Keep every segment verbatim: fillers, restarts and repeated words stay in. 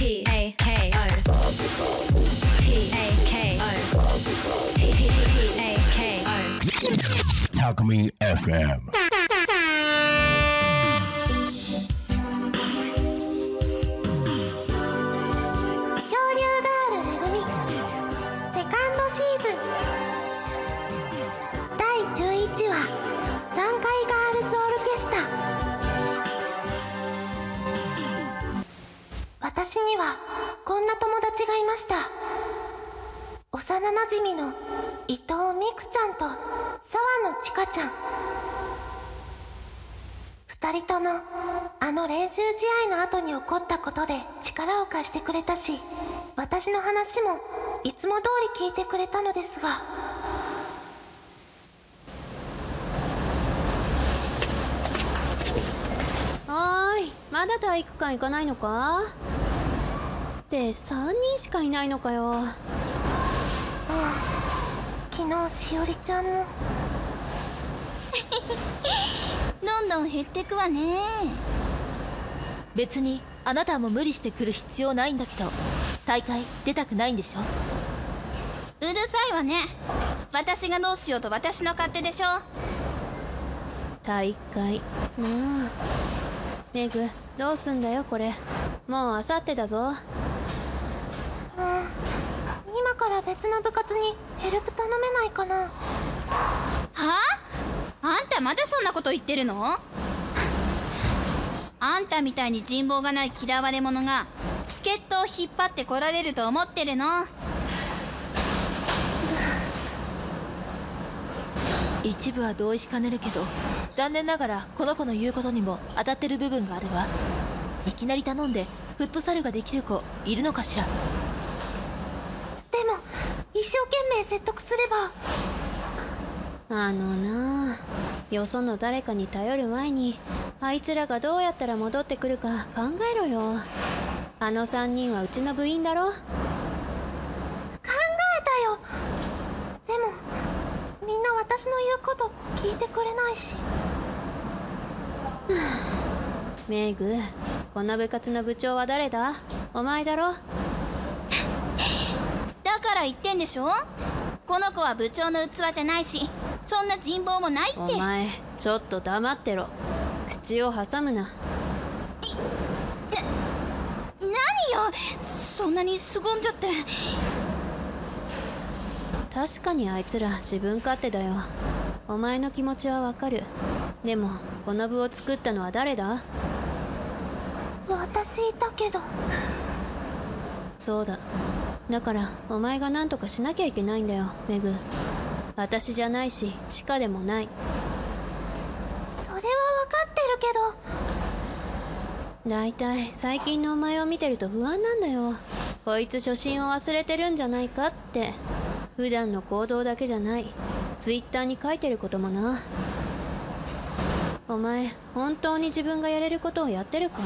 P A K O P A K O P A K O Talk Me エフエム。 私にはこんな友達がいました。幼なじみの伊藤美久ちゃんと沢野千佳ちゃん。二人ともあの練習試合の後に起こったことで力を貸してくれたし、私の話もいつも通り聞いてくれたのですが、 はーい、まだ体育館行かないのかってさんにんしかいないのかよ。 ああ、昨日しおりちゃんもどんどん減ってくわね。 別にあなたも無理してくる必要ないんだけど、大会出たくないんでしょ。 うるさいわね。私がどうしようと私の勝手でしょ。 大会なあ。メグ、どうすんだよこれ。もうあさってだぞ。 うん、今から別の部活にヘルプ頼めないかな。はあ？あんたまだそんなこと言ってるの？あんたみたいに人望がない嫌われ者が助っ人を引っ張ってこられると思ってるの？ 一部は同意しかねるけど、残念ながらこの子の言うことにも当たってる部分があるわ。いきなり頼んでフットサルができる子いるのかしら。 でも一生懸命説得すれば。 あのなあ、よその誰かに頼る前にあいつらがどうやったら戻ってくるか考えろよ。あのさんにんはうちの部員だろ。 考えたよ。でもみんな私の言うこと聞いてくれないし。 メグ、この部活の部長は誰だ？お前だろ。 だから言ってんでしょ。この子は部長の器じゃないし、そんな人望もないって。 お前ちょっと黙ってろ。口を挟むな。 な、何よ、そんなに凄んじゃって。 確かにあいつら自分勝手だよ。お前の気持ちはわかる。でもこの部を作ったのは誰だ？ 私だけど。 そうだ。だからお前が何とかしなきゃいけないんだよ、メグ。私じゃないしチカでもない。 それは分かってるけど。 だいたい最近のお前を見てると不安なんだよ。こいつ初心を忘れてるんじゃないかって。普段の行動だけじゃない、ツイッターに書いてることもな。お前本当に自分がやれることをやってるか？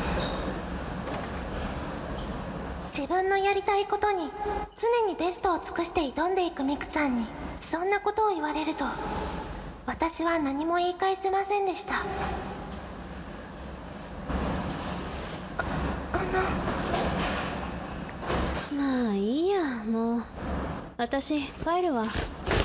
自分のやりたいことに常にベストを尽くして挑んでいくミクちゃんにそんなことを言われると、私は何も言い返せませんでした。あ、あのまあいいや、もう私帰るわ。 え、なんで？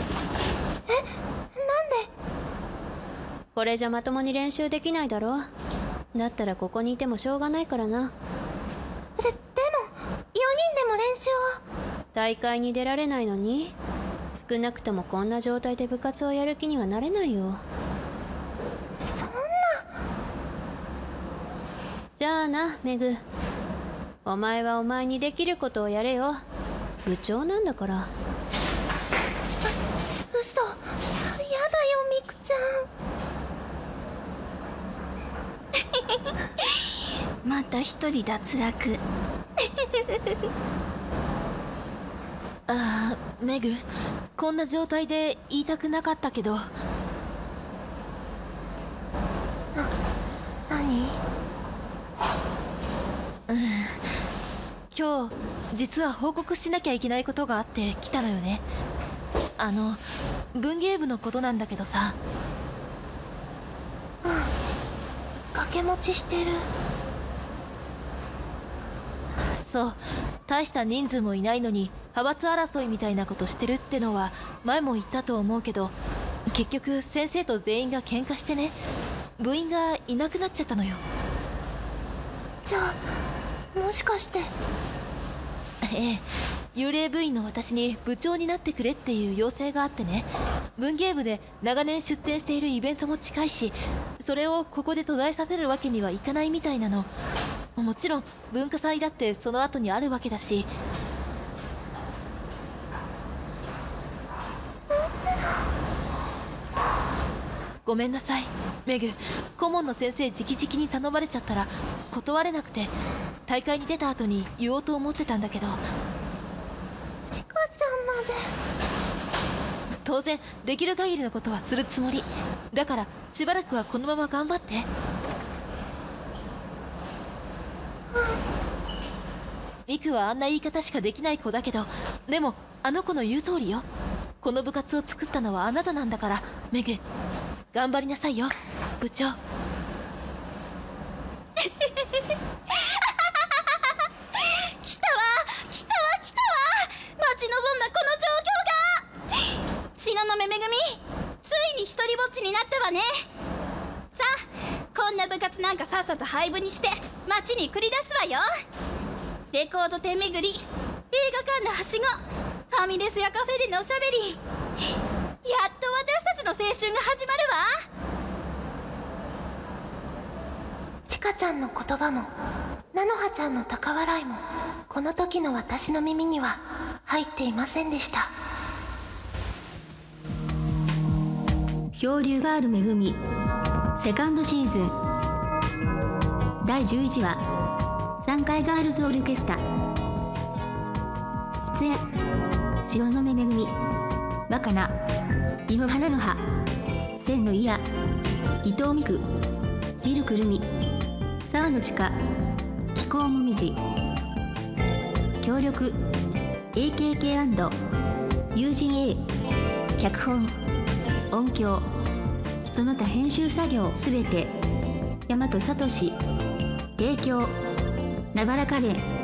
これじゃまともに練習できないだろ。だったらここにいてもしょうがないからな。 で、でもよにんでも練習は。 大会に出られないのに？少なくともこんな状態で部活をやる気にはなれないよ。 そんな。 じゃあな、メグ。お前はお前にできることをやれよ。部長なんだから。 う、嘘。やだよ、ミクちゃん。また一人脱落。 ああ、メグ、こんな状態で言いたくなかったけど。 な、何？ うん、今日実は報告しなきゃいけないことがあって来たのよね。あの文芸部のことなんだけどさ。 うん、掛け持ちしてる。 そそう、大した人数もいないのに派閥争いみたいなことしてるってのは前も言ったと思うけど、結局先生と全員が喧嘩してね、部員がいなくなっちゃったのよ。 じゃあもしかして。 ええ、幽霊部員の私に部長になってくれっていう要請があってね。文芸部で長年出展しているイベントも近いし、それをここで途絶えさせるわけにはいかないみたいなの。もちろん文化祭だってその後にあるわけだし。ごめんなさいメグ、顧問の先生直々に頼まれちゃったら断れなくて、大会に出た後に言おうと思ってたんだけど。 ちかちゃんまで。 当然できる限りのことはするつもりだから、しばらくはこのまま頑張って。ミクはあんな言い方しかできない子だけど、でもあの子の言う通りよ。この部活を作ったのはあなたなんだから、メグ頑張りなさいよ部長。 来たわ来たわ来たわ、待ち望んだこの状況が。東雲めぐみ、ついに一人ぼっちになったわね。さあ、こんな部活なんかさっさと廃部にして街に繰り出すわよ。レコード店巡り、映画館のはしご、ファミレスやカフェでのおしゃべり、やっと私たちの青春が始まるわ。 ちかちゃんの言葉も菜の葉ちゃんの高笑いも、この時の私の耳には入っていませんでした。 漂流ガールめぐみセカンドシーズンだいじゅういちわ、さんかいガールズオルケスタ。出演東雲めぐみ、若菜、井ノ原の葉、千の嫌、伊藤美久、ミルクルミ、沢野千佳、気候もみじ。協力 エーケーケー& 友人 A。 脚本音響その他編集作業すべて大和聡。提供なばらかれん。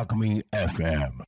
Alchemy エフエム